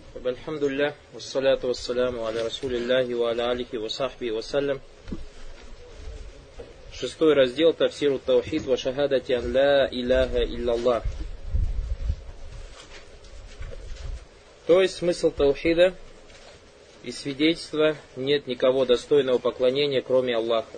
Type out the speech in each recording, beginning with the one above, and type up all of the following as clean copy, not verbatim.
Альхамдулиллах, вассаляту вассаляму аля расулиллахи ва аля алихи ва сахби вассалям. 6 раздел Тафсиру Таухид ва шахадати ан ла иляха илляллах. То есть смысл Таухида и свидетельства: нет никого достойного поклонения, кроме Аллаха.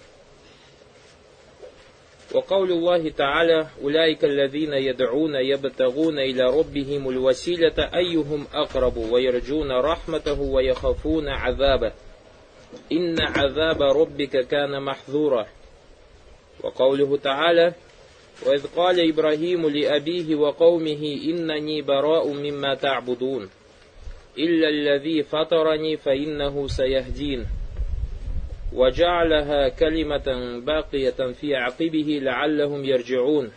وقول الله تعالى أولئك الذين يدعون يبتغون إلى ربهم الوسيلة أيهم أقرب ويرجون رحمته ويخافون عذابه إن عذاب ربك كان محذورا. وقوله تعالى وإذ قال إبراهيم لأبيه وقومه إنني براء مما تعبدون إلا الذي فطرني فإنه سيهدين وجعلها كلمة باقية في عقبه لعلهم يرجعون.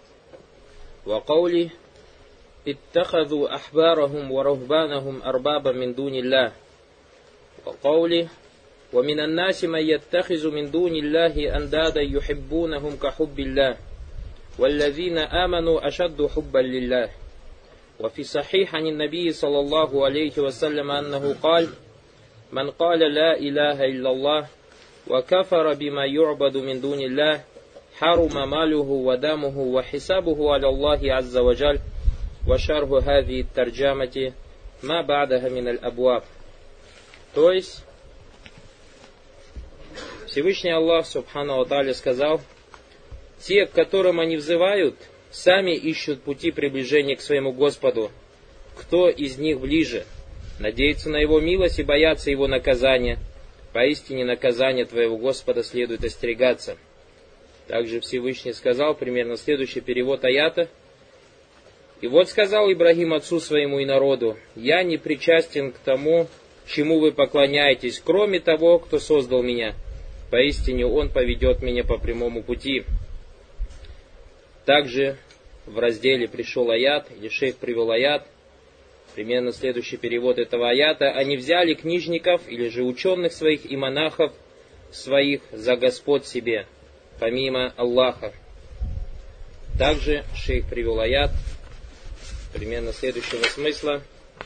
وقوله اتخذوا أحبارهم ورهبانهم أربابا من دون الله. وقوله ومن الناس من يتخذ من دون الله أندادا يحبونهم كحب الله والذين آمنوا أشد حبا لله. وفي صحيح عن النبي صلى الله عليه وسلم أنه قال من قال لا إله إلا الله وكفر بما يعبد من دون الله حرم ماله ودمه وحسابه على الله عز وجل. وشرح هذه الترجمة ما بعدها من الأبواب. То есть Всевышний Аллах Субхану ва Тааля сказал: те, к которым они взывают, сами ищут пути приближения к своему Господу. Кто из них ближе? Надеются на Его милость и боятся Его наказания. Поистине наказание твоего Господа следует остерегаться. Также Всевышний сказал, примерно следующий перевод аята: и вот сказал Ибрагим отцу своему и народу: я не причастен к тому, чему вы поклоняетесь, кроме того, кто создал меня. Поистине Он поведет меня по прямому пути. Также в разделе пришел аят, или шейх привел аят, примерно следующий перевод этого аята: они взяли книжников или же ученых своих и монахов своих за господ себе, помимо Аллаха. Также шейх привел аят примерно следующего смысла: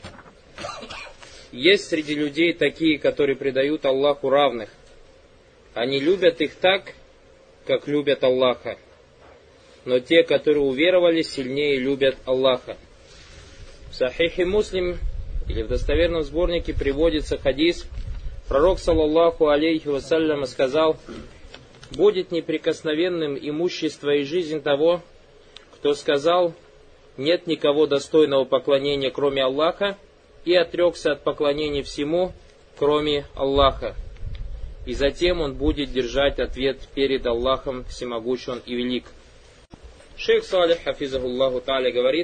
есть среди людей такие, которые предают Аллаху равных. Они любят их так, как любят Аллаха. Но те, которые уверовали, сильнее любят Аллаха. В Сахихе Муслим, или в достоверном сборнике, приводится хадис. Пророк, саллаллаху алейхи вассалям, сказал: будет неприкосновенным имущество и жизнь того, кто сказал: нет никого достойного поклонения, кроме Аллаха, и отрекся от поклонения всему, кроме Аллаха. И затем он будет держать ответ перед Аллахом, всемогущ Он и велик. Шейх Салих, хафизахуллаху тааля, говорит: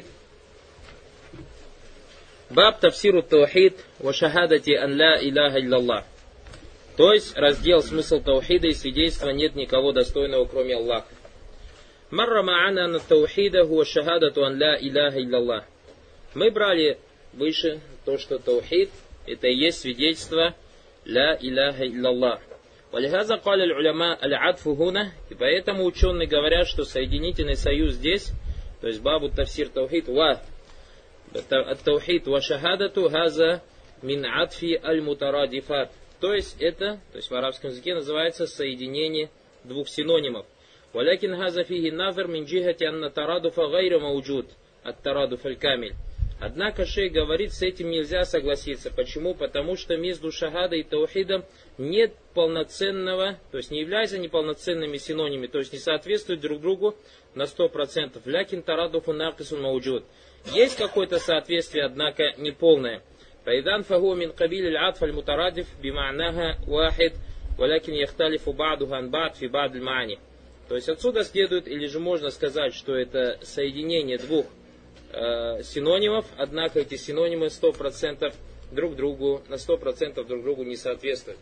Баб Тафсиру Таухид ва шахадати ан ла иляха илляллах. То есть раздел смысл Таухида и свидетельства: нет никого достойного, кроме Аллаха. Марра ма'ана на Таухида хуа шахадату ан ла иляха илляллах. Мы брали выше то, что Таухид это и есть свидетельство ла иляха илляллах. Валихаза каля аль-уляма аль-адфу хуна. И поэтому ученые говорят, что соединительный союз здесь, то есть бабу Тафсир Таухид ва Ат-Таухид ва шахадату хаза мин адфи аль-мутарадифат. То есть это, то есть в арабском языке называется соединение двух синонимов. Валякин хаза фихи назар мин джихати анна тарадуфа гайра мауджуд ат-тарадуф аль-камиль. Однако шейх говорит, с этим нельзя согласиться. Почему? Потому что между шахадой и таухидом нет полноценного, то есть не являются неполноценными синонимами, то есть не соответствуют друг другу на 100%. Лякин тарадуфу накисун мауджуд. Есть какое-то соответствие, однако неполное. Файдан фаху мин кабиль аль-адф аль-мутарадиф бима'наха вахид, валякин яхталифу ба'духа ан ба'д фи ба'д аль-ма'ни. То есть отсюда следует, или же можно сказать, что это соединение двух синонимов, однако эти синонимы 100% друг другу, на 100% друг другу не соответствуют.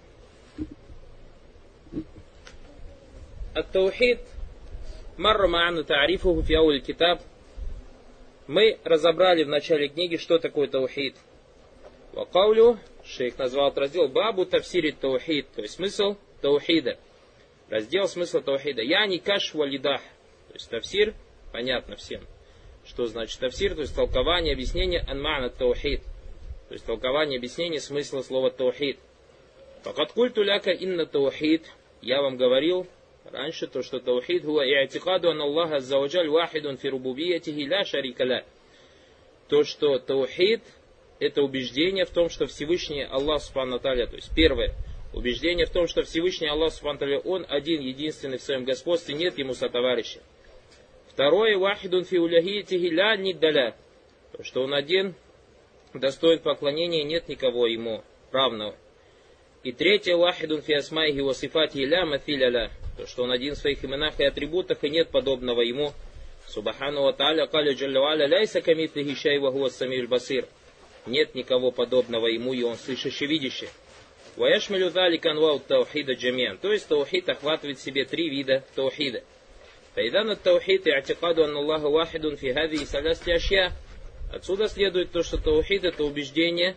Ат-Таухид марра ма'ана та'рифуху фи ауль китаб. Мы разобрали в начале книги, что такое таухид. Вакаулю, шейх назвал этот раздел бабу тафсири таухид, то есть смысл таухида. Раздел смысла таухида. Яни каш валидах. То есть тафсир, понятно всем. Что значит тафсир, то есть толкование, объяснение анмана таухид. То То есть толкование, объяснение смысла слова таухид. Факад культу ляка инна таухид. Я вам говорил раньше, то, что таухид хуа и'атикаду ан Аллаха аззаваджаль вахидун фи рубубиятихи ля шарика ля. То, что таухид, это убеждение в том, что Всевышний Аллах Субхану ва Тааля, то есть первое, убеждение в том, что Всевышний Аллах Субхану ва Тааля, Он один, единственный в своем господстве, нет ему сотоварища. Второе, вахидун фи уляхиятихи ля ниддаля. То, что Он один, достоин поклонения, нет никого ему равного. И третье, вахидун фи асмаихи ва сифатихи ля мафиля ля. То, что Он один в своих именах и атрибутах, и нет подобного ему. Субхану ва Тааля, каля джалля ва аля, ляйса камитлихи шай ва хуа самиуль басир. Нет никого подобного ему, и Он слышащий, видящий. Ва яшмилю залика анвау таухида джамиан. То есть таухид охватывает в себе три вида таухида. Файдан ат таухид и'атикаду анна Аллаха вахидун фи хадхи салясти ашья. Отсюда следует то, что таухид это убеждение,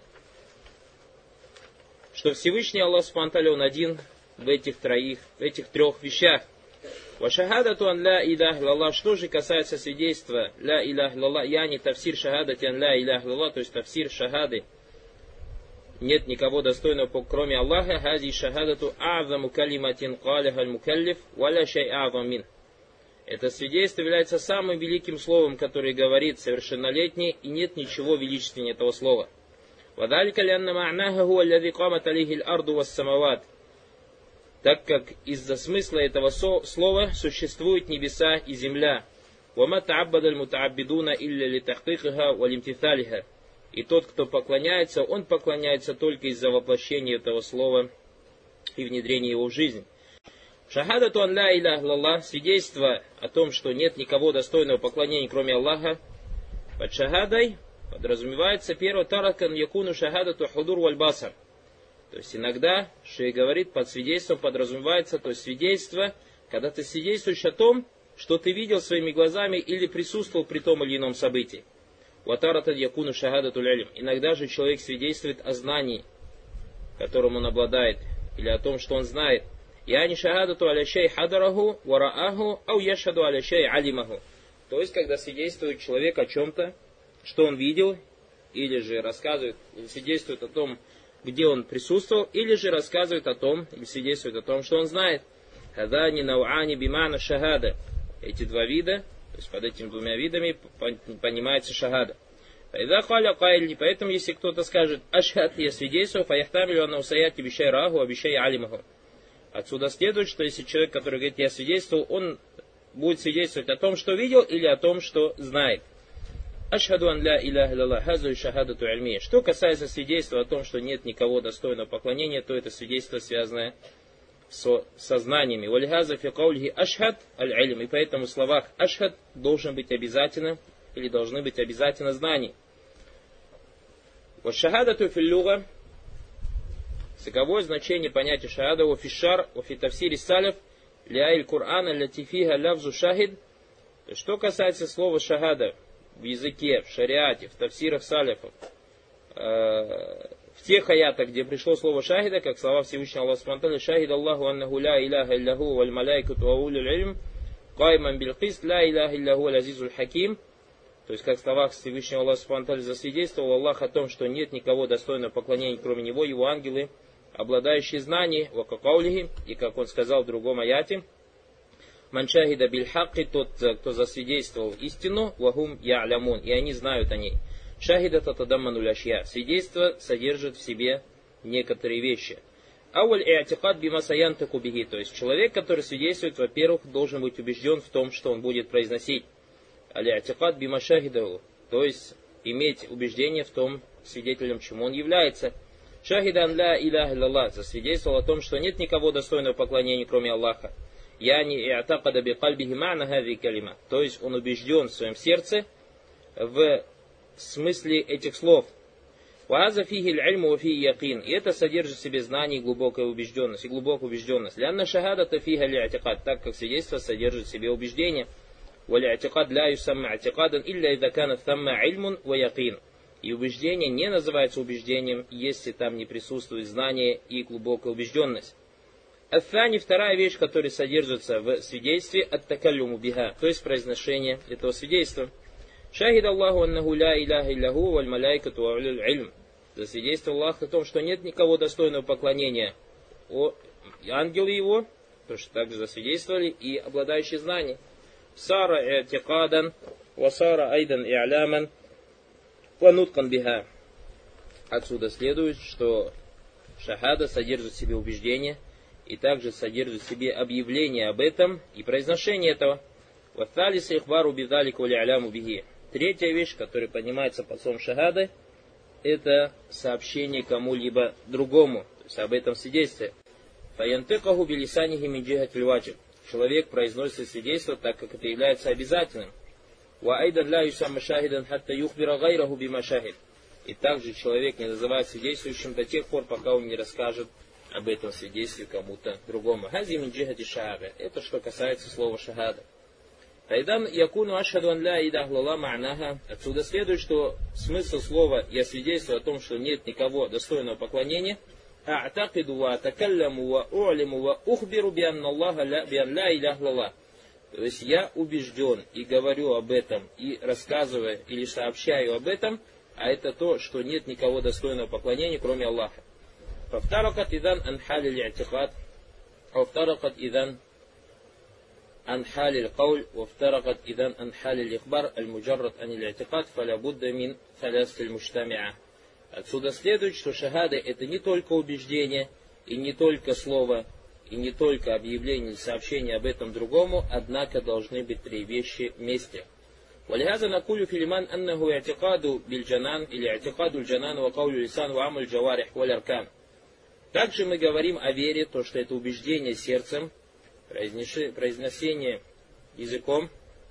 что Всевышний Аллах Субхану ва Тааля, Он один в этих трех вещах. Ва шахадату ан ля илях илlallah. Что же касается свидетельства ля илях илlallah, яни тафсир шахадати ан ля илях илlallah, то есть тафсир шахады, нет никого достойного, кроме Аллаха, хази шахадату а'заму калиматин калиха аль-мукаллиф ва ля шай а'зам мин. Это свидетельство является самым великим словом, которое говорит совершеннолетний, и нет ничего величественнее этого слова. Ва далика лянна ма'наха хуа аллази камат алейхи аль-арду вас-самават. Так как из-за смысла этого слова существуют небеса и земля. وَمَا تَعَبَّدَ الْمُتَعَبِّدُونَ إِلَّا لِتَحْقِيقِهَا وَلِامْتِثَالِهَا. И тот, кто поклоняется, он поклоняется только из-за воплощения этого слова и внедрения его в жизнь. Шахадату ан ля илях илlallah, свидетельство о том, что нет никого достойного поклонения, кроме Аллаха. Под шахадой подразумевается первое таракан якуну шахадату худур валь басар. То есть иногда, шейх говорит, под свидетельством подразумевается, то есть свидетельство, когда ты свидетельствуешь о том, что ты видел своими глазами или присутствовал при том или ином событии. Ватаратад якуну шахадатуль илм. Иногда же человек свидетельствует о знании, которым он обладает, или о том, что он знает. Яни шахадату аля шей хадараху варааху ау яшаду аля шей алимаху. То есть, когда свидетельствует человек о чем-то, что он видел, или же рассказывает, или свидетельствует о том, где он присутствовал, или же рассказывает о том, или свидетельствует о том, что он знает. Хадани науани бимана шахада. Эти два вида, то есть под этими двумя видами понимается шахада. Поэтому, если кто-то скажет, ашхад, я свидетельствую, фаяхтамилю анна усаяти бишай раху, абишай алимаху. Отсюда следует, что если человек, который говорит, я свидетельствовал, он будет свидетельствовать о том, что видел, или о том, что знает. Ашхаду ан ля илях илlallah, хазу и шахадату ильмия. Что касается свидетельства о том, что нет никого достойного поклонения, то это свидетельство, связанное со знаниями. Валихаза фи каулихи ашхад аль-илм. И поэтому в словах ашхад должен быть обязательно, или должны быть обязательно знания. Шахадату фил луга. Языковое значение понятия шахада wa фи шар wa фи тафсири салиф ля иль-Кур'ана лати фиха лавзу шахид. Что касается слова шахада в языке, в шариате, в тафсирах салифов, в тех аятах, где пришло слово шахида, как слова Всевышнего Аллаха Субхану ва Тааля, шахид Аллаху аннаху ля иляха илляху валь маляйкату ва улюл ильм кайман бил кист ля иляха илляху валь азизуль хаким. То есть, как в словах Всевышнего Аллаха Субхану ва Тааля засвидетельствовал Аллах о том, что нет никого достойного поклонения, кроме Него, Его ангелы, обладающие знанием, ва какаулихи, и как Он сказал в другом аяте, маншахида биль хакки, тот, кто засвидетельствовал истину, вахум я'лямун, и они знают о ней. Шахида татадаммануль ашья. Свидетельство содержит в себе некоторые вещи. Ауаль и'атикад бима саянтаку бихи. То есть человек, который свидетельствует, во-первых, должен быть убежден в том, что он будет произносить. Аль-и'атикад бима шахидаху. То есть иметь убеждение в том, свидетелем чему он является. Шахидан ля илях илlallah. Засвидетельствовал о том, что нет никого достойного поклонения, кроме Аллаха. Яни и'атакада би кальбихи ма'на хази калима. То есть он убежден в своем сердце в смысле этих слов. وَهَذَا فِيهِ الْعِلْمُ وَفِيهِ يَقِينٌ. И это содержит в себе знание и глубокую убежденность. لأن شهادة فيها الاعتقاد, так как свидетельство содержит в себе убеждение. والاعتقاد لا يسمى اعتقادا إلا إذا كان ثم علم ويقين. И убеждение не называется убеждением, если там не присутствует знание и глубокая убежденность. Ат-тани, вторая вещь, которая содержится в свидетельстве, ат-такаллюму биха, то есть произношение этого свидетельства. Шахид Аллаху аннаху ля иляха илляху валь маляйкату ва улюл ильм. засвидетельствовал Аллах о том, что нет никого достойного поклонения, ангелы его, то что также засвидетельствовали, и обладающие знанием. Сара и'тикадан, ва сара айдан и'ляман, ва нуткан биха. Отсюда следует, что шахада содержит в себе убеждение, и также содержит в себе объявление об этом и произношение этого. Третья вещь, которая понимается под словом шахады, это сообщение кому-либо другому, то есть об этом свидетельстве. Человек произносит свидетельство, так как это является обязательным. И также человек не называет свидетельствующим до тех пор, пока он не расскажет об этом свидетельстве кому-то другому. Это что касается слова шахада. Отсюда следует, что смысл слова «я свидетельствую о том, что нет никого достойного поклонения», то есть я убежден и говорю об этом, и рассказываю или сообщаю об этом, а это то, что нет никого достойного поклонения, кроме Аллаха. فافترقت إذن عن حال الاعتقاد وافترقت إذن عن حال القول وافترقت إذن عن حال الإخبار المجرد عن الاعتقاد فلا بد من ثلاث المجتمعة. Отсюда следует, что шахада это не только убеждение, и не только слово, и не только объявление или сообщение об этом другому, однако должны быть три вещи вместе. ولهذا نقول في لمن أنه اعتقاد بالجنان или اعتقاد الجنان وقول اللسان وعمل الجوارح والأركان. Также мы говорим о вере, то что это убеждение сердцем, произношение языком,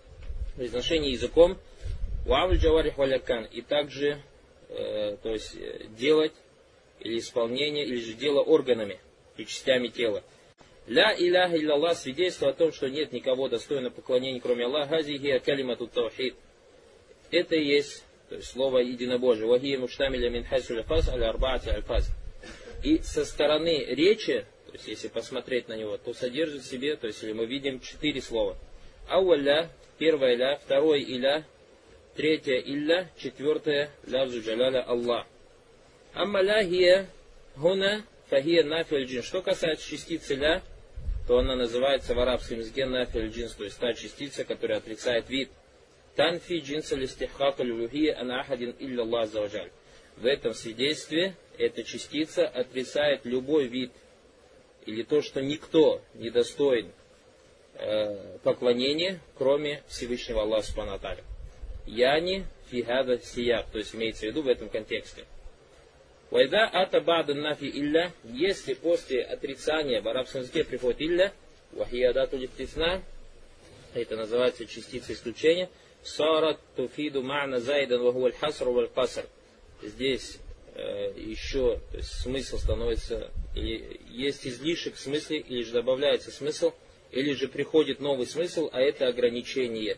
ва'амуль джаварих валь аркан, и также то есть делать или исполнение, или же дело органами и частями тела. Ля иляха илляллах, свидетельство о том, что нет никого достойного поклонения, кроме Аллаха, хазихи калимату таухид. Это и есть, то есть слово единобожие. Вахия муштамиля мин хайсу лафаз аля арбаати альфаз. И со стороны речи, то есть если посмотреть на него, то содержит в себе, то есть или мы видим 4 слова. Ауалля, первое ля, второе иля, третье илля, четвертое лавзу джаляля Аллах. Амма ля хия хуна фахия нафиль джин. Что касается частицы ля, то она называется в арабском языке нафиль джинс, то есть та частица, которая отрицает вид. Танфи джинса листиххака люлюхия ана ахадин илля Аллах аззаваджаль. В этом свидетельстве эта частица отрицает любой вид или то, что никто не достоин поклонения, кроме Всевышнего Аллаха субхану ва тааля. Яни фигада сияб, то есть имеется в виду в этом контексте. Вайда ата бада нафи илля, если после отрицания в арабском языке приходит илля, вахиядату лифтисна, это называется частица исключения, сарат туфиду ма'на зайдан вахуаль хасру валь каср. Здесь еще то есть, смысл становится, или есть излишек в смысле, или же добавляется смысл, или же приходит новый смысл, а это ограничение.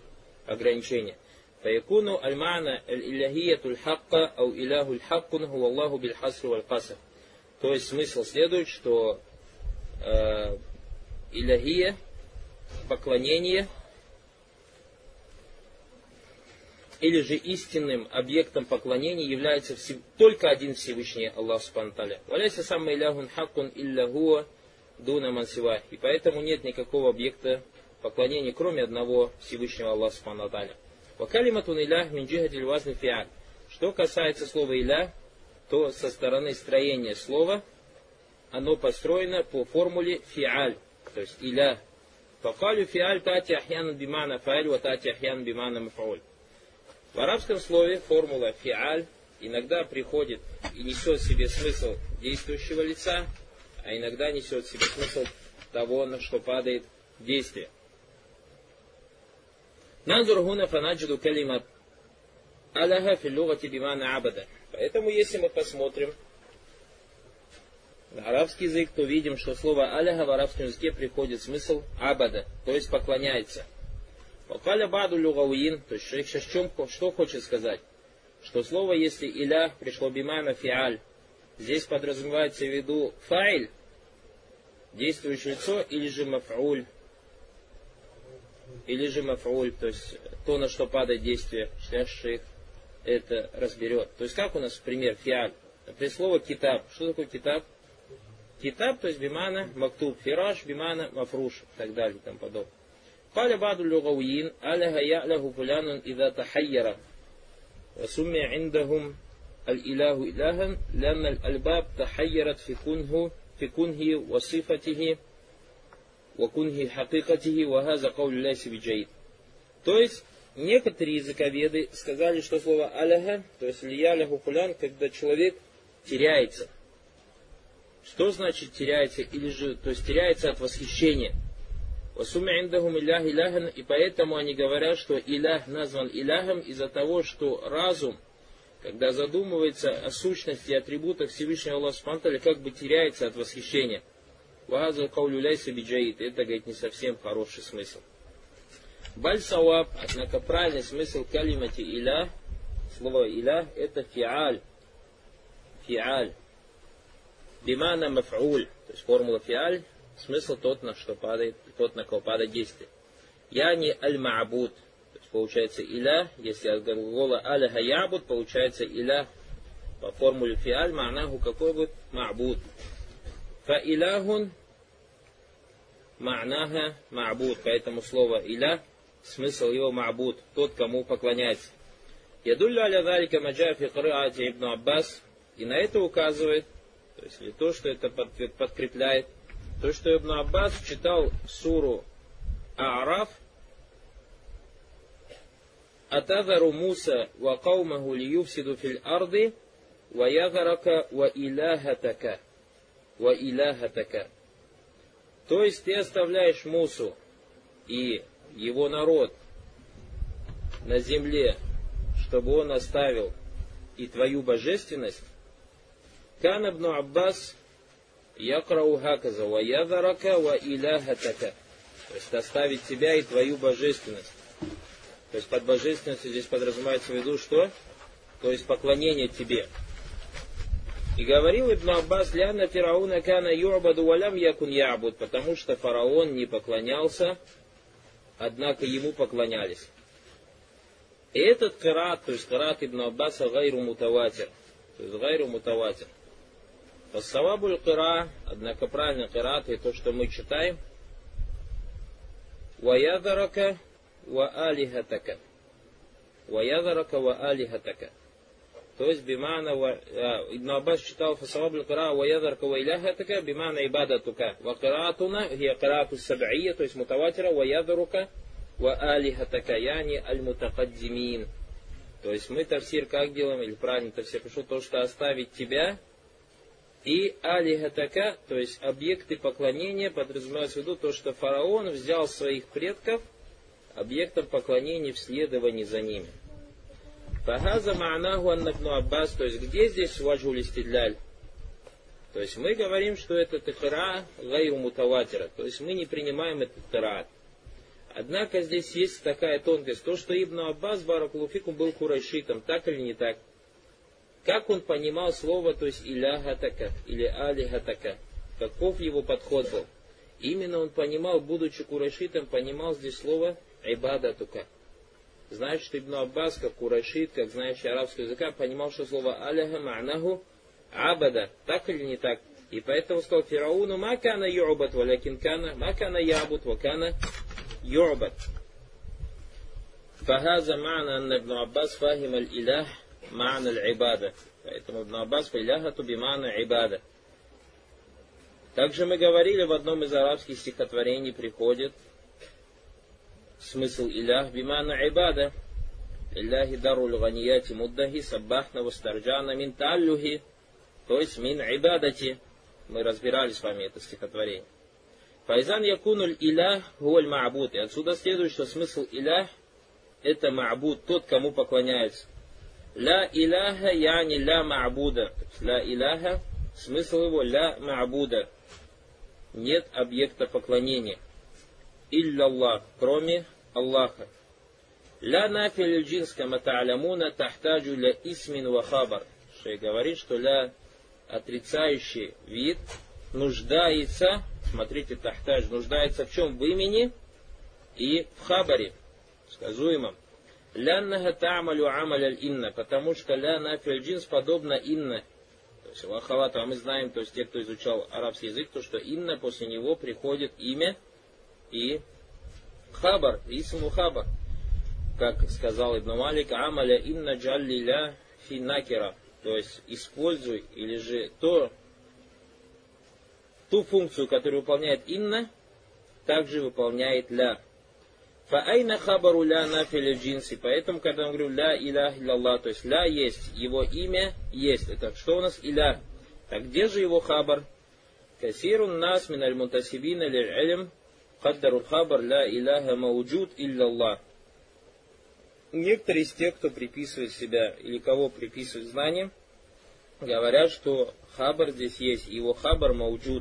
فيكون المعنى الإلهية الحق أو إله الحق هو الله بالحصر والقصر. То есть смысл следует, что илахия, поклонение, или же истинным объектом поклонения является только один Всевышний Аллах субхану ва тааля. Валяйса самма иляхун хаккун илля хуа дуна мансива. И поэтому нет никакого объекта поклонения, кроме одного Всевышнего Аллаха субхану ва тааля. Вакалиматун илях мин джихатиль вазни фиаль. Что касается слова иля, то со стороны строения слова оно построено по формуле фиаль, то есть иля. Факалю фиаль тати ахьян бимана фааль ва тати ахьян бимана мафауль. В арабском слове формула фиаль иногда приходит и несет в себе смысл действующего лица, а иногда несет в себе смысл того, на что падает действие. Нанзур хуна фанаджиду калимат аляха фи лугати бимана абада. Поэтому, если мы посмотрим на арабский язык, то видим, что слово аляха в арабском языке приходит смысл абада, то есть поклоняется. Вакаля баду лугауин, то есть человек сейчас что хочет сказать? Что слово, если иля пришло бимана фиаль, здесь подразумевается в виду файль, действующее лицо, или же маф'уль, то есть то, на что падает действие. Сейчас шейх это разберет. То есть как у нас пример фиаль? Например, слово китаб. Что такое китаб? Китаб, то есть бимана мактуб, фираш, бимана мафруш, и так далее, и тому подобное. قال بعض اللغويين أله يأله فلان إذا تحير وسمي عندهم الإله إلها لأن الألباب تحيرت في كنه وصفته وكنه حقيقته وهذا قول ليس بجيد. То есть некоторые языковеды сказали, что слово аляха, то есть лияляху фулян, когда человек теряется. Что значит теряется? Или же, то есть теряется от восхищения. И поэтому они говорят, что илях назван иляхом из-за того, что разум, когда задумывается о сущности и атрибутах Всевышнего Аллаха Субхану ва Тааля, как бы теряется от восхищения. Это, говорит, не совсем хороший смысл. Баль саваб, однако правильный смысл калимати илях, слово илях, это фиаль. Фиаль. Бимана маф'уль, то есть формула фиаль, смысл тот, на что падает, тот, на кого падает действие. Яни аль-ма'буд, то есть получается иля, если от глагола аляха ябуд, получается иля по формуле фиаль, ма'наху какой будет? Ма'буд. Фа иляхун ма'наха ма'буд, поэтому слово иля, смысл его ма'буд, тот, кому поклоняется. Ядулля аля залика маджа фи кираати ибн Аббас, и на это указывает, то есть или то, что это подкрепляет, то, что Ибн Аббас читал суру А'раф, «Атазару Муса ва каумаху лиюфсиду фил арды, ва язарака ва иляхатака». Ва иляхатака. То есть ты оставляешь Мусу и его народ на земле, чтобы он оставил и твою божественность. Кан ибн Аббас якрау хаказа ва язарака ва иляхатака. То есть оставить тебя и твою божественность. То есть под божественностью здесь подразумевается в виду что? То есть поклонение тебе. И говорил Ибн Аббас, ляна фирауна кана ю'баду валям якун я'буд, потому что фараон не поклонялся, однако ему поклонялись. И этот кираат, то есть кираат Ибн Аббаса гайру мутаватир. То есть гайру мутаватир. Фассавабуль кира, однако правильно кираат и то, что мы читаем. Ва язарака ва алихатака. Ва язарака ва алихатака. То есть бимана Ибн Аббас читал фассавабуль кира ва язарака ва иляхатака бимана ибадатука. Ва кираатуна гия кираату саб'ия, то есть мутаватира, ва язарука ва алихатака, яни аль-мутакаддимин. То есть мы тафсир как делаем, или правильно тафсир пишу, то, что оставить тебя и алихатака, то есть объекты поклонения, подразумевается в виду то, что фараон взял своих предков объектом поклонения в следовании за ними. Фахаза ма'наху анна Ибн Аббас, то есть где здесь ваджхуль истидляль? То есть мы говорим, что это кира гайру мутаватира, то есть мы не принимаем этот кираат. Однако здесь есть такая тонкость, то, что Ибн Аббас, баракулуфикум, был курайшитом, так или не так? Как он понимал слово, то есть иляхатака или алихатака? Каков его подход был? Именно он понимал, будучи курайшитом, понимал здесь слово ибадатука. Значит, Ибн Аббас, как курайшит, как знающий арабского языка, понимал, что слово аляха ма'наху абада. Так или не так? И поэтому сказал фирауну ма кана ю'бад валякин кана, ма кана ябуд ва кана ю'бад. Фахаза ма'на анна Ибн Аббас фахим аль-илях ма'на аль-ибада. Поэтому Ибн Аббас филяхату бимана ибада. Также мы говорили, в одном из арабских стихотворений приходит смысл илях бимана ибада. Илляхи даруль ганияти муддахи саббахна вастарджана мин таллюхи. То есть мин ибадати. Мы разбирали с вами это стихотворение. Файзан якунуль илях гуаль ма'буд. И отсюда следует, что смысл илях это ма'буд, тот, кому поклоняется. Ла иляха яни ла ма'буда. Ла иляха, смысл его ла ма'буда. Нет объекта поклонения. Илля Аллах, кроме Аллаха. Ла нафиль джинс кама та'алямуна тахтаджу ля исмин ва хабар. Шейх говорит, что ля отрицающий вид нуждается, смотрите, тахтадж, нуждается в чем? В имени и в хабаре, сказуемом. Ляннага та'амалю амаляль инна, потому что ля нафиль джинс подобно инна. Вахавату, а мы знаем, то есть те, кто изучал арабский язык, то что инна после него приходит имя и хабар, исму хабар. Как сказал Ибн Малик, амаля инна джаллиля фи накира. То есть используй или же ту функцию, которую выполняет инна, также выполняет ля. Фаайна хабару ля нафиля джинси. Поэтому, когда мы говорим ля илях илlallah, то есть ля есть, его имя есть. Это что у нас иля? Так где же его хабар? Касирун нас миналь мунтасибина лиль илм каддару хабар ля иляха мауджуд илlallah. Некоторые из тех, кто приписывает себя или кого приписывает знание, говорят, что хабар здесь есть, его хабар мауджуд.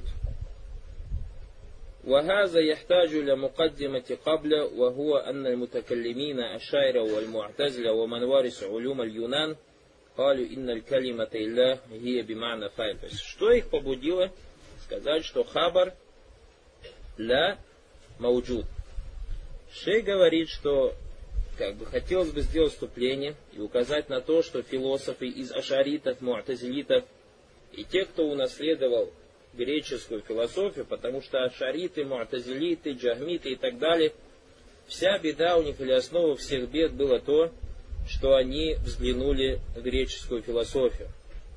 وهذا يحتاج إلى مقدمة قبل وهو أن المتكلمين الشاعر والمعتزلة ومن وارث علوم اليونان قالوا إن الكلمة الله هي بمعنى فاعل. То есть, что их побудило сказать, что хабар ля мауджуд? Шейх говорит, что хотелось бы сделать вступление и указать на то, что философы из ашаритов, му'тазилитов и те, кто унаследовал греческую философию, потому что ашариты, му'тазилиты, джахмиты и так далее, вся беда у них или основа всех бед было то, что они взглянули в греческую философию.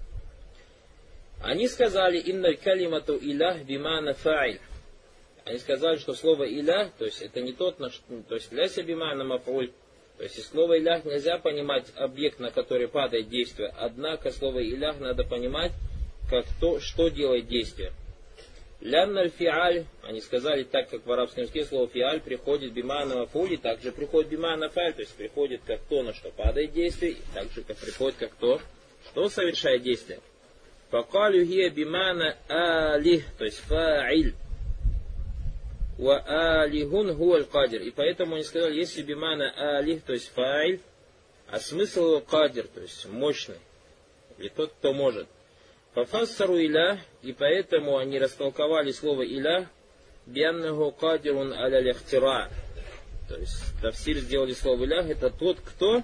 Они сказали «Инналь калимату илях бимана фа'иль». Они сказали, что слово «илях», то есть это не тот, то есть «ляся бимана маф'уль». То есть из слова «илях» нельзя понимать объект, на который падает действие. Однако слово «илях» надо понимать как то, что делает действие. Лянналь фиаль, они сказали, так как в арабском языке слово фиаль приходит бимана маф'уль, также приходит бимана фа'иль, то есть приходит как то, на что падает действие, и также как приходит как то, что совершает действие. Факалю хия бимана алих, то есть фа'иль. Ва алихун хуаль кадир. И поэтому они сказали, если бимана алих, то есть фа'иль, а смысл его кадир, то есть мощный, или тот, кто может. Фафассару илях, и поэтому они растолковали слово илях, бианнаху кадирун аля лихтира. То есть тафсир сделали слово илях, это тот, кто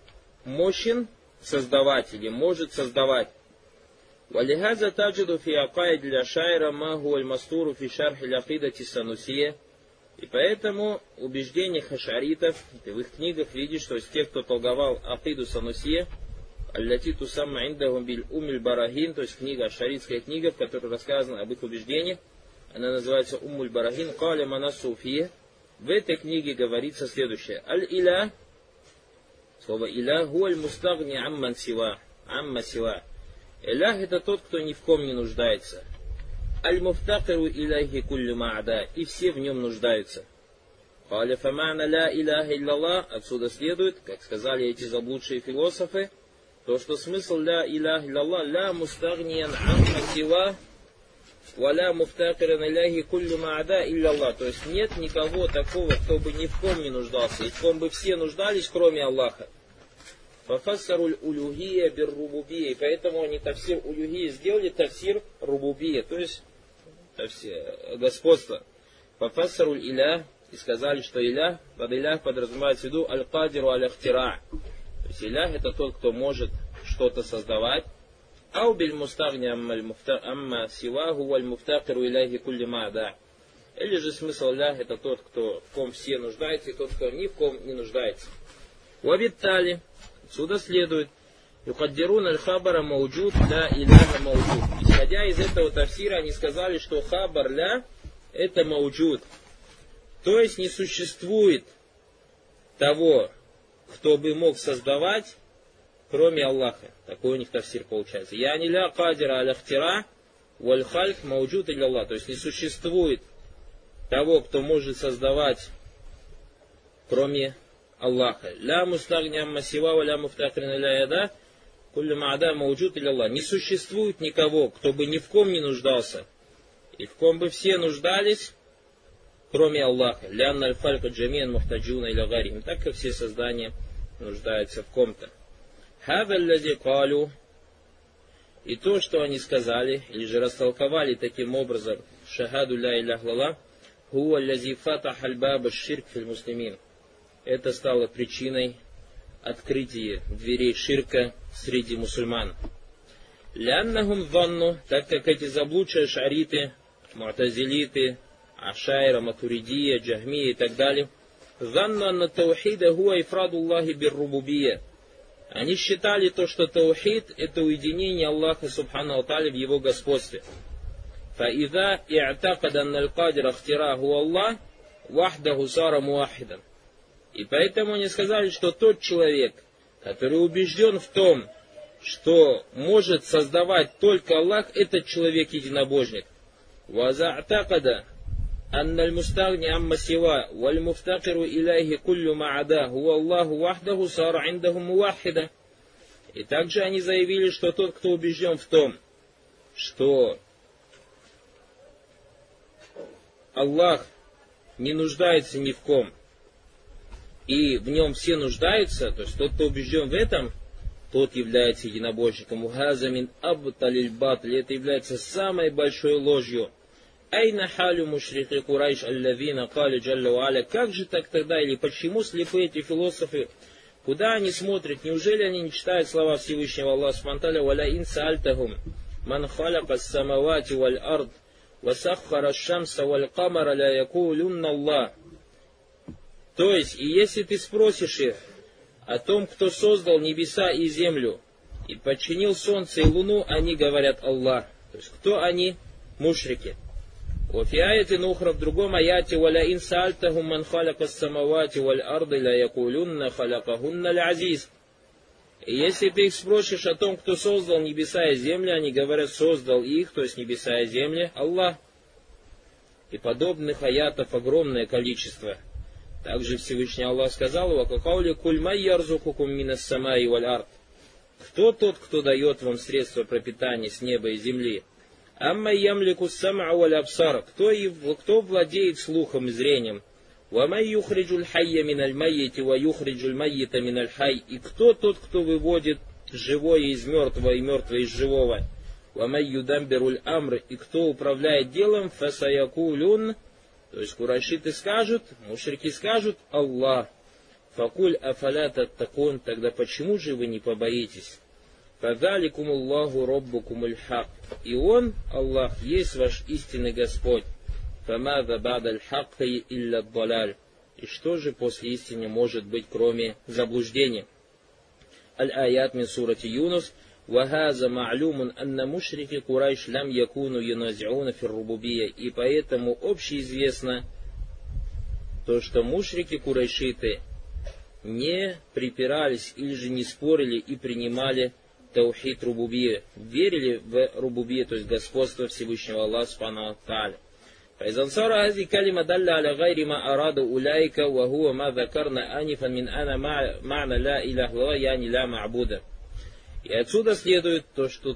мощен создавать или может создавать. Валихаза таджиду фи акаид ля шайра ма хуаль мастуру фи шархи лякидати санусия. И поэтому убеждение хашаритов, ты в их книгах видишь, что из тех, кто толговал акиду санусия, аллати тусамма индахум биль умиль барахин, то есть книга, шаритская книга, в которой рассказано об их убеждениях, она называется Уммуль барахин, каля мана суфия. В этой книге говорится следующее. Аль-иля, слово иля, хуаль мустагни амман сива, амма сива. Илях это тот, кто ни в ком не нуждается. Аль-муфтакиру иляхи куллю ма'да, и все в нем нуждаются. Каля фамана ля иляха илlallah, отсюда следует, как сказали эти заблудшие философы, то, что смысл ля илях илlallah, ля мустагниян амма сива, ва ля муфтакиран иляхи куллю ма'да илlallah. То есть нет никого такого, кто бы ни в ком не нуждался, и в ком бы все нуждались, кроме Аллаха. Фафассаруль улюхия бир рубубия. И поэтому они тафсир улюхия сделали тафсир рубубия, то есть тафсир господство. Фафассаруль илях, и сказали, что илях, под илях подразумевается в виду аль-кадиру аль-ахтира. То есть илях это тот, кто может что-то создавать. Ау биль мустагни амма сиваху валь муфтакиру иляхи кулли ма'да. Или же смысл илях это тот, кто в ком все нуждаются, и тот, кто ни в ком не нуждается. Вабиттали. Отсюда следует, юкаддирун аль-хабара мауджуд ля иляха мауджуд. Исходя из этого тафсира, они сказали, что хабар ля это мауджуд. То есть не существует того, кто бы мог создавать, кроме Аллаха. Такой у них тафсир получается. Яни ля кадира аляхтира валь хальк мауджуд илля Аллах. То есть не существует того, кто может создавать, кроме Аллаха. Ля мустагни амма сива ва ля муфтакрина ля яда кулли ма'да мауджуд илля Аллах. Не существует никого, кто бы ни в ком не нуждался, и в ком бы все нуждались, кроме Аллаха. Лянна аль-фалька джамиан мухтаджуна иля гарим. Так как все создания нуждаются в ком-то. Хада аллади калю. И то, что они сказали, или же растолковали таким образом, шахаду ля илях лаллах, хуа аллади фатаха аль-баба ширк фил муслимин. Это стало причиной открытия дверей ширка среди мусульман. Ляннахум занну, так как эти заблудшие шариты, му'тазилиты, ашайра, матуридия, джахмия и так далее, занну анна таухида хуа ифрадуллахи бир-рубубия. Они считали то, что таухид это уединение Аллаха субхану тааля в его господстве. فإذا اعتقد أن القادر اختراه الله وحده صار موحدا. И поэтому они сказали, что тот человек, который убежден в том, что может создавать только Аллах, этот человек единобожник. وَزَعْتَقَدَ أَنَّ الْمُسْتَغْنِ عَمَّ سِوَى وَالْمُفْتَقِرُ إِلَيْهِ كُلُّ مَا عَدَاهُ وَاللَّهُ وَحْدَهُ صَارَ عِنْدَهُ مُوَحِّدًا. И также они заявили, что тот, кто убежден в том, что Аллах не нуждается ни в ком, и в нем все нуждаются, то есть тот, кто убежден в этом, тот является единобожником. Ухазамин абталиль батль, это является самой большой ложью. Айна халю мушрики Курайш аллавина кали джалла ва'аля. Как же так тогда, или почему слепые эти философы, куда они смотрят? Неужели они не читают слова Всевышнего Аллаха субхану тааля: «Валя ин саальтахум ман халяка ас-самавати валь ард васаххара аш-шамса валь камара ля якулунна Аллах». То есть, и если ты спросишь их о том, кто создал небеса и землю, и подчинил солнце и луну, они говорят Аллах. То есть, кто они? Мушрики. وفي آية أخرى в другом аяте: «Валя саальтахум ман халяка ас-самавати валь арды ля якулунна халякахунна аль-азиз». И если ты их спросишь о том, кто создал небеса и землю, они говорят: создал их, то есть небеса и земли, Аллах. И подобных аятов огромное количество. Также Всевышний Аллах сказал: «Вакакаули куль май ярзукукум минас самаи валь ард». Кто тот, кто дает вам средства пропитания с неба и земли? Амма ямлику сам'a валь абсар. Кто владеет слухом и зрением? Вамай юхриджуль хайя миналь майяти ва юхриджуль майята миналь хай. И кто тот, кто выводит живое из мертвого и мертвое из живого? Вамай юдамбируль амр. И кто управляет делом? Фасаякулюн. То есть курайшиты скажут, мушрики скажут: Аллах. Факуль афаля таттакун. Тогда почему же вы не побоитесь? Фадаликум Аллаху роббукумуль хак. И Он, Аллах, есть ваш истинный Господь. Фамада бадаль хакхи илля даляль. И что же после истины может быть, кроме заблуждения? Аль-аят мин сурати Юнус. Вахаза ма'люмун анна мушрики Курайш лям якуну яназиуна фир рубубия. И поэтому общеизвестно то, что мушрики Курайшиты не припирались или же не спорили и принимали таухид рубубия, верили в рубубия, то есть господство Всевышнего Аллаха субхану тааля. فإذا هذه كلمة دل على غير ما أراد أولئك وهو ما ذكرنا آنفا من أنا معنى لا إله إلا الله يعني لا معبود. И отсюда следует то, что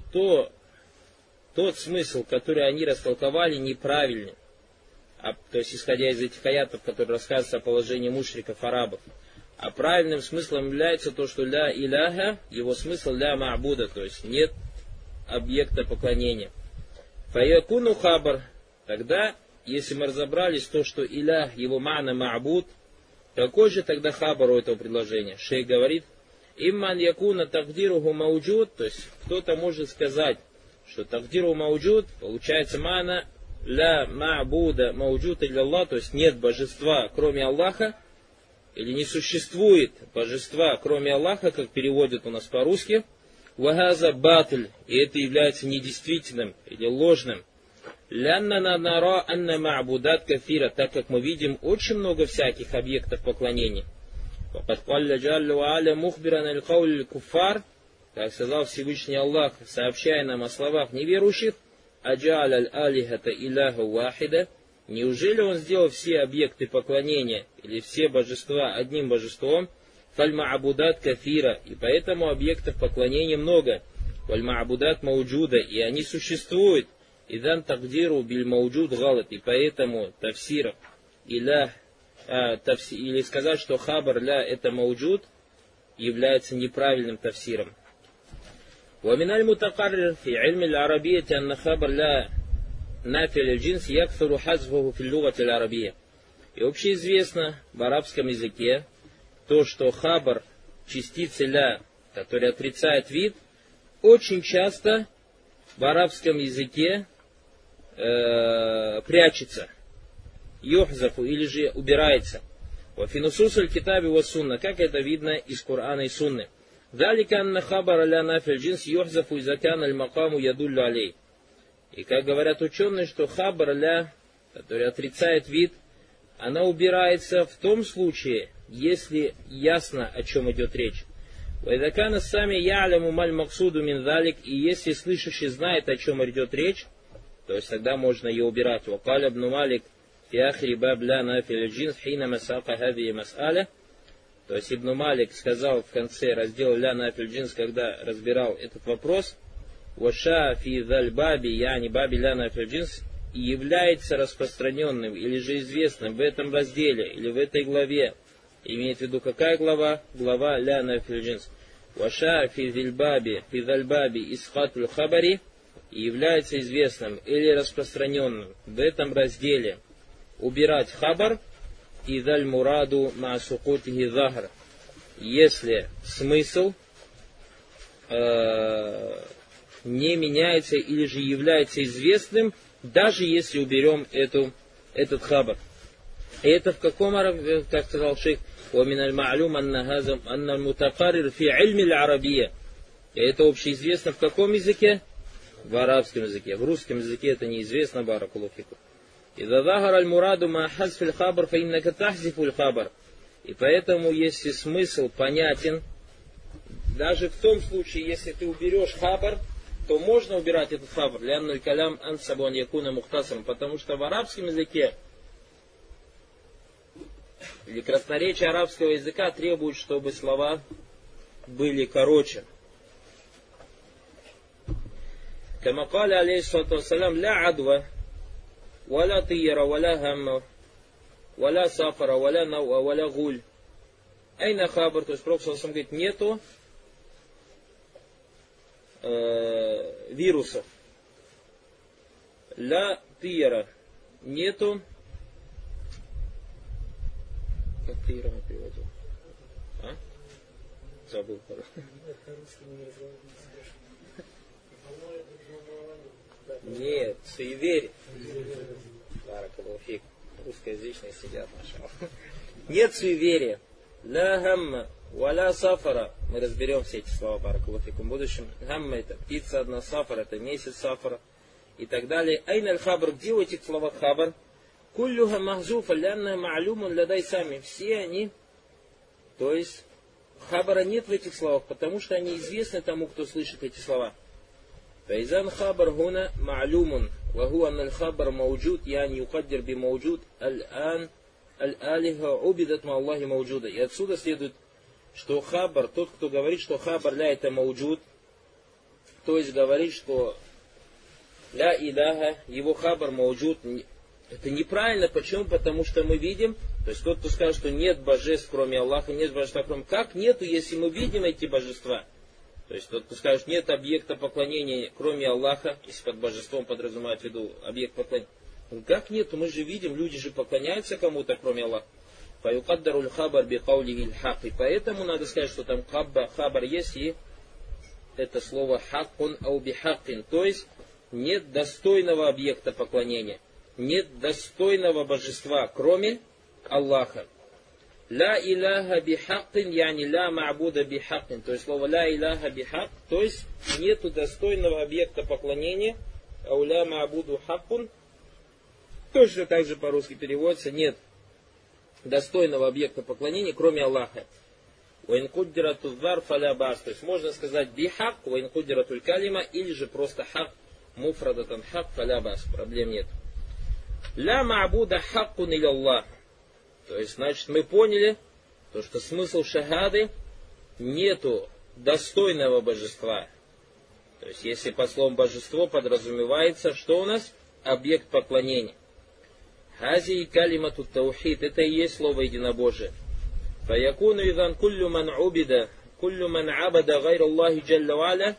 тот смысл, который они растолковали, неправильный. То есть, исходя из этих аятов, которые рассказываются о положении мушриков, арабов. А правильным смыслом является то, что ля иляха, его смысл ля ма'буда, то есть нет объекта поклонения. Фаякуну хабар. Тогда, если мы разобрались, то, что илях, его ма'на ма'буд, какой же тогда хабар у этого предложения? Шейх говорит: имман якуна тагдируху мауджуд, то есть кто-то может сказать, что тагдиру мауджуд, получается ма'на ля ма'буда мауджуд илля Аллах, то есть нет божества, кроме Аллаха, или не существует божества, кроме Аллаха, как переводят у нас по-русски. Вахаза батль, и это является недействительным или ложным. Лянна нара анна ма'будат кафира, так как мы видим очень много всяких объектов поклонения. Как сказал Всевышний Аллах, сообщая нам о словах неверующих: аджаль аль-алихата илляху вахида. Неужели он сделал все объекты поклонения или все божества одним божеством? Фаль-ма'будат кафира, и поэтому объектов поклонения много. Валь-ма'будат мауджуда, и они существуют. Идан тагдиру биль мауджуд галат, и поэтому тафсир илях, или сказать, что хабар ля это мауджуд, является неправильным тафсиром. Ваминаль мутакаррир фи ильми аль-арабиyyati анна хабар ля нафи аль-джинс якфуру хазфуху фи лугати аль-арабiyya. И общеизвестно в арабском языке то, что хабар частицы ля, который отрицает вид, очень часто в арабском языке прячется. Юхзафу, или же убирается. Вафинусусуль китаби ва сунна, как это видно из Корана и Сунны. Далика анна хабара ля нафиль джинс юхзафу изакан аль макаму ядуллю алей. И как говорят ученые, что хабар ля, который отрицает вид, она убирается в том случае, если ясно, о чем идет речь. Вайдакана сами яляму маль максуду мин далик, и если слышащий знает, о чем идет речь, то есть тогда можно ее убирать. Вакаля ибн Малик фи ахри баб ля нафиль джинс хина масака хади мас'аля. То есть Ибн Малик сказал в конце раздела ля нафиль джинс, когда разбирал этот вопрос, Ваша фи зальбаби, яни баби ля нафиль джинс, и является распространенным или же известным в этом разделе или в этой главе. Имеет в виду какая глава? Глава ля нафиль джинс. Ваша фи зальбаби исхатуль хабари, и является известным или распространенным в этом разделе убирать хабар, идаль мураду ма сукутихи захар, если смысл не меняется или же является известным, даже если уберем этот хабар. И это в каком, как сказал шейх, وَمِنَ الْمَعْلُومَ أَنَّ الْمُتَقَرِّرْ فِي عِلْمِ الْعَرَبِيَّةِ. И это общеизвестно в каком языке? В арабском языке. В русском языке это неизвестно, баракулуфику. إِذَا ظَهَرَ الْمُرَادُ مَا حَذْفِ الْخَبَرِ فَإِنَّكَ تَحْذِفُ الْخَبَرِ. И поэтому, если смысл понятен, даже в том случае, если ты уберешь хабар, то можно убирать этот хабар, ляннуль калям ансабу ан якуна мухтасам, потому что в арабском языке или красноречие арабского языка требует, чтобы слова были короче. Кама каля алейхиссалату вассалям, ля адва, валя тияра, валя хамма, валя сафара, валя науа, валя гуль. Айна хабар, то есть Пророк саллаллаху алейхи ва саллям говорит, нету вирусов. Ля тияра, нету. Как тияра мы переводим? А? Забыл. Нет, суеверие. Баракалуфик. Русскоязычные сидят, машаллах. Нет суеверия. Ля гамма, валя сафара. Мы разберем все эти слова, баракалуфикум, в будущем. Гамма это птица одна, сафар это месяц сафара и так далее. Айна аль-хабр, где в этих словах хабар? Куллюха махзуфа, лянна ма'люмун ладай сами. Все они, то есть хабара нет в этих словах, потому что они известны тому, кто слышит эти слова. Файзан хабар гуна ма'люмун, ваху анна аль-хабар мауджуд, яни юкаддир би мауджуд, аль-ан, аль-алиха убидат ма Аллахи мауджуда. И отсюда следует, что хабар, тот, кто говорит, что хабар ля это мауджуд, то есть говорит, что ля иляха, его хабар мауджуд, это неправильно. Почему? Потому что мы видим, то есть тот, кто скажет, что нет божеств, кроме Аллаха, нет божества, кроме... Как нету, если мы видим эти божества? То есть тот, кто скажет, нет объекта поклонения, кроме Аллаха, если под божеством подразумевает в виду объект поклонения. Как нету? Мы же видим, люди же поклоняются кому-то, кроме Аллаха. Фаюкаддаруль хабар би каулихиль хак. И поэтому надо сказать, что там хабар есть, и это слово хаккун ау би хаккин. То есть нет достойного объекта поклонения. Нет достойного божества, кроме Аллаха. Ла иляха бихаккин, яни ла ма'буда бихаккин. То есть слово ла иляха бихак, то есть нету достойного объекта поклонения. Ау ла ма'буду хаккун. Точно так же по-русски переводится. Нет достойного объекта поклонения, кроме Аллаха. Уин куддирату зарф аля бас. То есть можно сказать бихак, уин куддиратуль калима, или же просто хак, муфрадатан хак, аля бас. Проблем нет. Ля ма'буда хаккун иля Аллах. То есть, значит, мы поняли, то, что смысл шахады нету достойного божества. То есть, если под словом божество подразумевается, что у нас? Объект поклонения. Хази калимату таухид. Это и есть слово единобожие. Фаякуну идан куллю ман убида, куллю ман абада гайра Аллахи джалла ва'аля.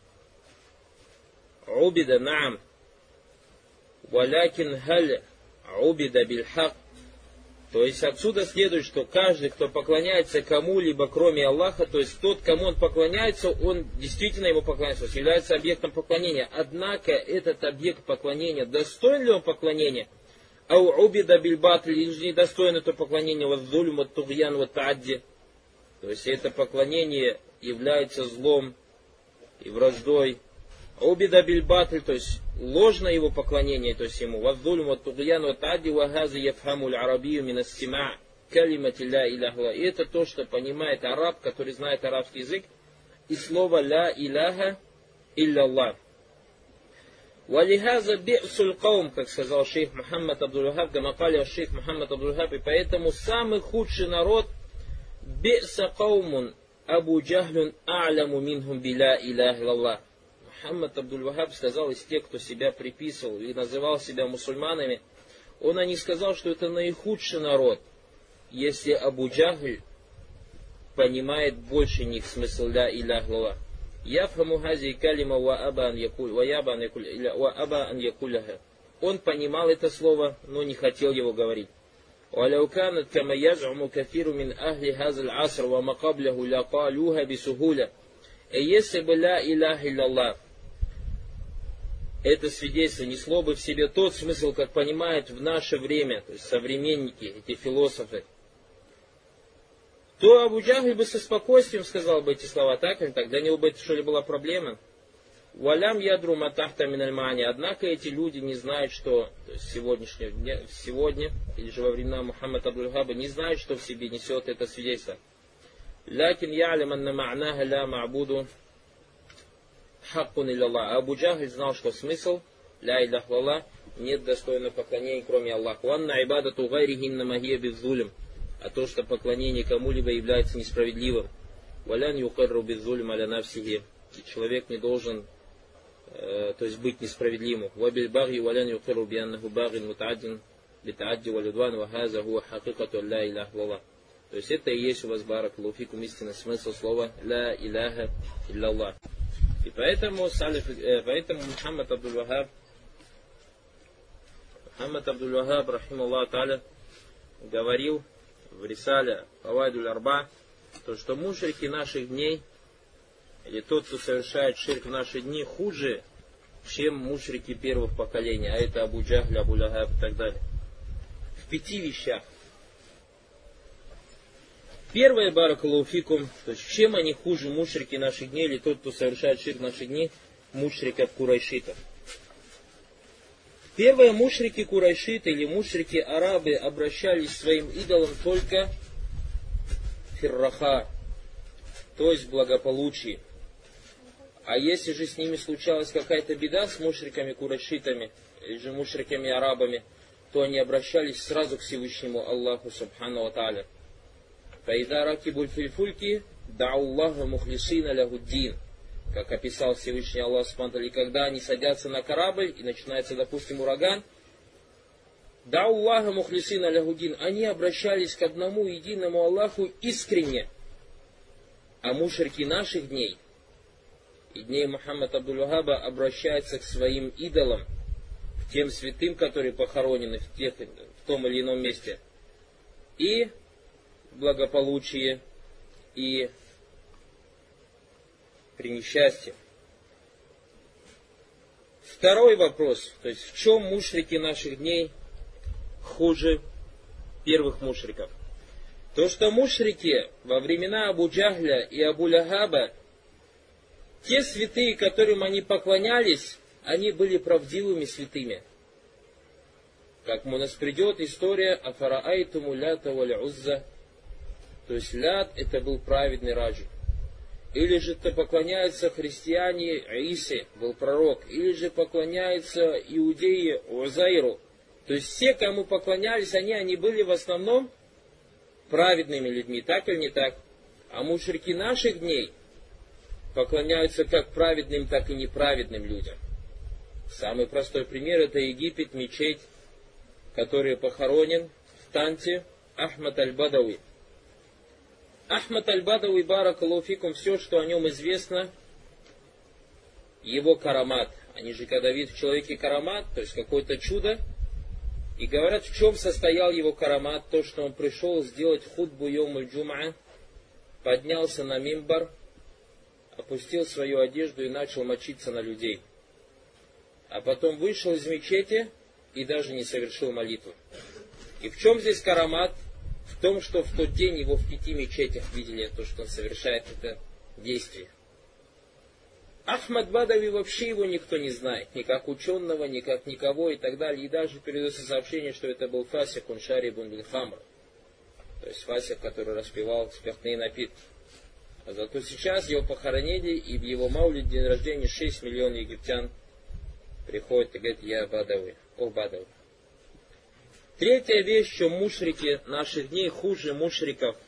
Убида, наам. Валякин халь убида бильхак. То есть отсюда следует, что каждый, кто поклоняется кому-либо, кроме Аллаха, то есть тот, кому он поклоняется, он действительно ему поклоняется, то есть является объектом поклонения. Однако этот объект поклонения, достоин ли он поклонения? Ау убида бильбат, или же недостоин это поклонение, ваззульм, ваттугьян, ваттаадди. То есть это поклонение является злом и враждой. Убида бильбатль, то есть ложное его поклонение, то есть ему. Ваззульм, ваттугьян, ваттаадди, вахаза яфхаму аль-арабию мин ас-сима' калимати ля иляха. И это то, что понимает араб, который знает арабский язык, и слово ля иляха илля-Аллах. Валихаза би'суль каум, как сказал шейх Мухаммад Абдул-Вахаб, гамакали шейх Мухаммад Абдул-Вахаб, и поэтому самый худший народ би'са каумун Абу Джахлюн а'ляму минхум биля иляха илlallah. Мухаммад Абдул-Вахаб сказал из тех, кто себя приписывал и называл себя мусульманами, он о них сказал, что это наихудший народ, если Абу Джахль понимает больше них смысл ля иляха илlallah. Яфхаму хази калима ва аба ан якуляха. Он понимал это слово, но не хотел его говорить. وَلَوْ كَانَتْ كَمَا يَزْعُمُ كَثِيرٌ مِنْ أَهْلِ هَذَا الْعَصْرِ وَمَا قَبْلَهُ لَقَالُوهَا بِسُهُولَةٍ. И если бы ля иляха илlallah, это свидетельство несло бы в себе тот смысл, как понимают в наше время, то есть современники, эти философы, то Абу Джахль бы со спокойствием сказал бы эти слова, так или так, для него бы это что ли была проблема. Валям ядру матахта минальмани. Однако эти люди не знают, что сегодня, или же во времена Мухаммада Абдул-Вахаба, не знают, что в себе несет это свидетельство. Лякин я'лям анна ма'наха ля ма'буду хаккун илlallah. Абу Джахль знал, что смысл ля иляха илlallah нет достойного поклонения, кроме Аллаха. Ванна ибадату гайрихи иннама хия беззулим. А то, что поклонение кому-либо является несправедливым. Валян юкарру беззулим аля нафсихи. И человек не должен то есть быть несправедливым. Вабиль баги валян юкарру бианнаху багин мутааддин битаадди валюдван вахаза хуа хакикату ля иляха илlallah. То есть это и есть у вас баракаллаху фикум истинный смысл слова ля иляха илlallah. И поэтому Мухаммад Абдул-Вахаб рахималлаху та'аля говорил в Рисале Фавайдуль Арба, то, что мушрики наших дней, или тот, кто совершает ширк в наши дни, хуже, чем мушрики первых поколений, а это Абу Джахль, Абу Лахаб и так далее. В 5 вещах. Первое, баракаллаху фикум, то есть чем они хуже мушрики наших дней, или тот, кто совершает ширк в наши дни, мушриков курайшитов. Первые мушрики курайшиты или мушрики арабы обращались к своим идолам только фирраха, то есть в благополучии. А если же с ними случалась какая-то беда с мушриками курайшитами, или же мушриками арабами, то они обращались сразу к Всевышнему Аллаху Субхану ва Тааля. Фаида ракибуль фильфульки да'уллаха мухлисина лягуддин. Как описал Всевышний Аллах Субхану ва Тааля, когда они садятся на корабль и начинается, допустим, ураган, да'уллаха мухлисина лягуддин, они обращались к одному единому Аллаху искренне. А мушрики наших дней и дней Мухаммада Абдул-Вахаба обращаются к своим идолам, к тем святым, которые похоронены в том или ином месте, и благополучие, и при несчастье. Второй вопрос, то есть в чем мушрики наших дней хуже первых мушриков? То, что мушрики во времена Абу Джахля и Абу Лахаба, те святые, которым они поклонялись, они были правдивыми святыми. Как у нас придет история «Афараайтуму лята валь узза». То есть Лят это был праведный раджи. Или же поклоняются христиане Иисе, был пророк. Или же поклоняются иудеи Узайру. То есть все, кому поклонялись, они были в основном праведными людьми, так или не так? А мушрики наших дней поклоняются как праведным, так и неправедным людям. Самый простой пример это Египет, мечеть, который похоронен в Танте Ахмад аль-Бадауи. Ахмад аль-Бадауи, баракаллаху фикум, все, что о нем известно, его карамат. Они же, когда видят в человеке карамат, то есть какое-то чудо, И говорят, в чем состоял его карамат, то, что он пришел сделать хутбу йомуль джум'a, поднялся на мимбар, опустил свою одежду и начал мочиться на людей. А потом вышел из мечети и даже не совершил молитву. И в чем здесь карамат? В том, что в тот день его в 5 мечетях видели, то, что он совершает это действие. Ахмад Бадави вообще его никто не знает, ни как ученого, ни как никого и так далее. И даже передается сообщение, что это был фасик, он шарибун биль хамр. То есть фасик, который распивал спиртные напитки. А зато сейчас его похоронили, и в его маулид день рождения 6 миллионов египтян приходят и говорят: я Бадави, о Бадави. Третья вещь, что мушрики наших дней хуже мушриков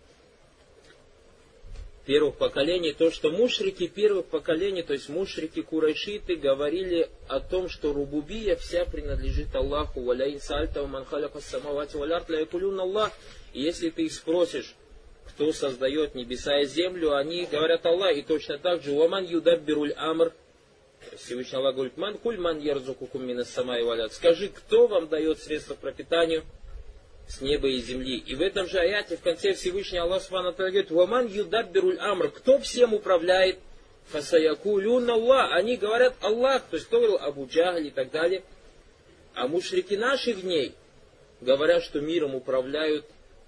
первых поколений, то, что мушрики первых поколений, то есть мушрики курайшиты, говорили о том, что рубубия вся принадлежит Аллаху. «Валяин сальта ман халяка самавати валярт ля якулюн Аллах». И если ты их спросишь, кто создает небеса и землю, они говорят Аллах. И точно так же «Ваман юдаббируль амр». Всевышний Аллах говорит: «Ман куль ман ярзукукум минас самай валят». Скажи, кто вам дает средства к пропитанию с неба и земли. И в этом же аяте в конце Всевышний Аллах Субхану говорит: «Ваман юдаббируль амр». Кто всем управляет? Фасаякулюн Аллах. Они говорят Аллах. То есть кто говорил? Абу Джахль и так далее. А мушрики наших дней говорят, что миром управляют,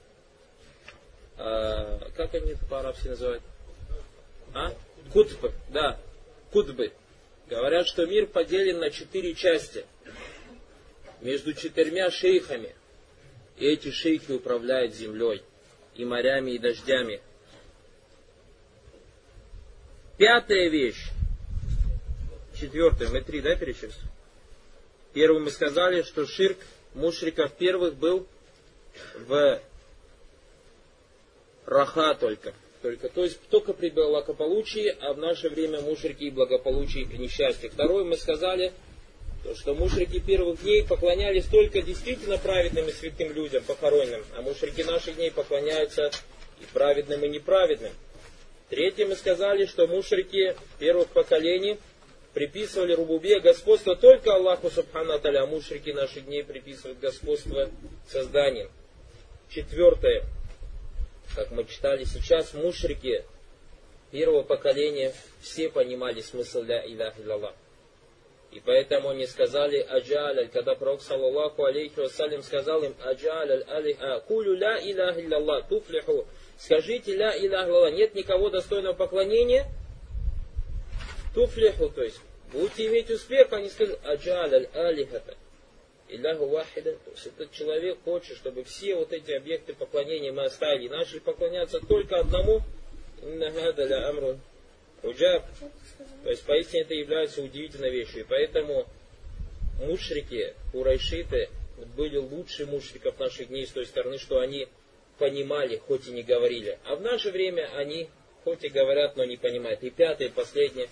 как они это по-арабски называют? Кутбы. Да, кутбы. Говорят, что мир поделен на 4 части. Между 4 шейхами. И эти шейхи управляют землей, и морями, и дождями. Пятая вещь. 4, мы 3, да, перечислим? Первым мы сказали, что ширк мушриков первых был в раха только. То есть только при благополучии, а в наше время мушрики и благополучие, и при несчастье. Второе мы сказали, что мушрики первых дней поклонялись только действительно праведным и святым людям, похороненным, а мушрики наших дней поклоняются и праведным, и неправедным. Третье мы сказали, что мушрики первых поколений приписывали рубубия, господство только Аллаху Субхану Аталя, а мушрики наших дней приписывают господство созданием. Четвертое, как мы читали сейчас, мушрики первого поколения все понимали смысл ля иляха илlallah. И поэтому они сказали: аджаль, когда пророк саллаллаху алейхи вассалям сказал им: аджаль кулю ля иляха илlallah туфлиху, скажите ля иляха илlallah, нет никого достойного поклонения, туфлиху, то есть будете иметь успех. Они сказали: аджаль алихата иляху вахида, то есть этот человек хочет, чтобы все вот эти объекты поклонения мы оставили и начали поклоняться только одному. Инна хада ля амрун уджаб. То есть поистине это является удивительной вещью. И поэтому мушрики, курайшиты были лучше мушриков наших дней с той стороны, что они понимали, хоть и не говорили. А в наше время они хоть и говорят, но не понимают. И пятое, последнее,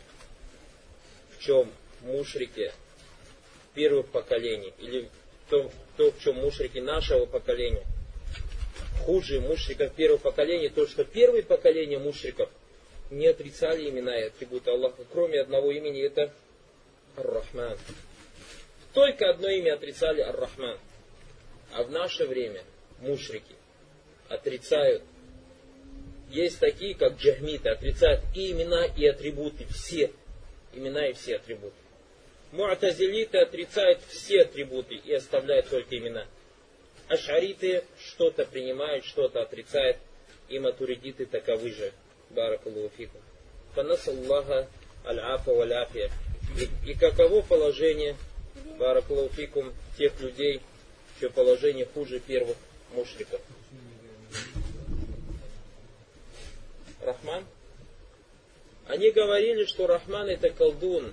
в чем мушрики первых поколений, или то, в чем мушрики нашего поколения хуже мушриков первых поколений, то, что первые поколения мушриков не отрицали имена и атрибуты Аллаха, кроме одного имени, это Ар-Рахман. Только одно имя отрицали, Ар-Рахман. А в наше время мушрики отрицают. Есть такие, как джахмиты, отрицают и имена, и атрибуты, все имена и все атрибуты. Му'тазилиты отрицают все атрибуты и оставляют только имена. Аш'ариты что-то принимают, что-то отрицают, и матуридиты таковы же. Баракаллаху фикум. Фанасаллаха аль-афа валь-афия. И каково положение, баракаллаху фикум, тех людей, чье положение хуже первых мушриков? Рахман? Они говорили, что Рахман это колдун,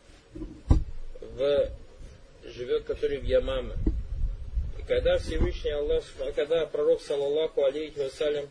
живет, который в Ямаме. И когда Всевышний Аллах, когда пророк саллаллаху алейхи вассалям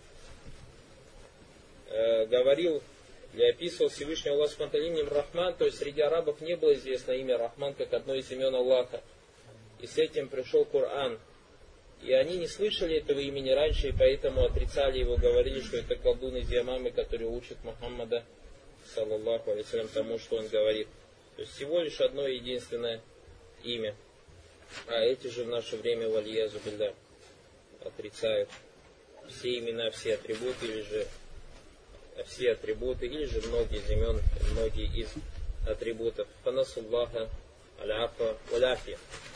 говорил или описывал Всевышний Аллах с именем Рахман, то есть среди арабов не было известно имя Рахман как одно из имен Аллаха. И с этим пришел Коран. И они не слышали этого имени раньше, и поэтому отрицали его, говорили, что это колдун из Ямамы, который учит Мухаммада, саллаллаху алейхи вассалям, тому, что он говорит. То есть всего лишь одно единственное имя. А эти же в наше время, валиязу билля, отрицают все имена, все атрибуты, или же многие из имен, многие из атрибутов. Фанасуллаха аляфа валяфия.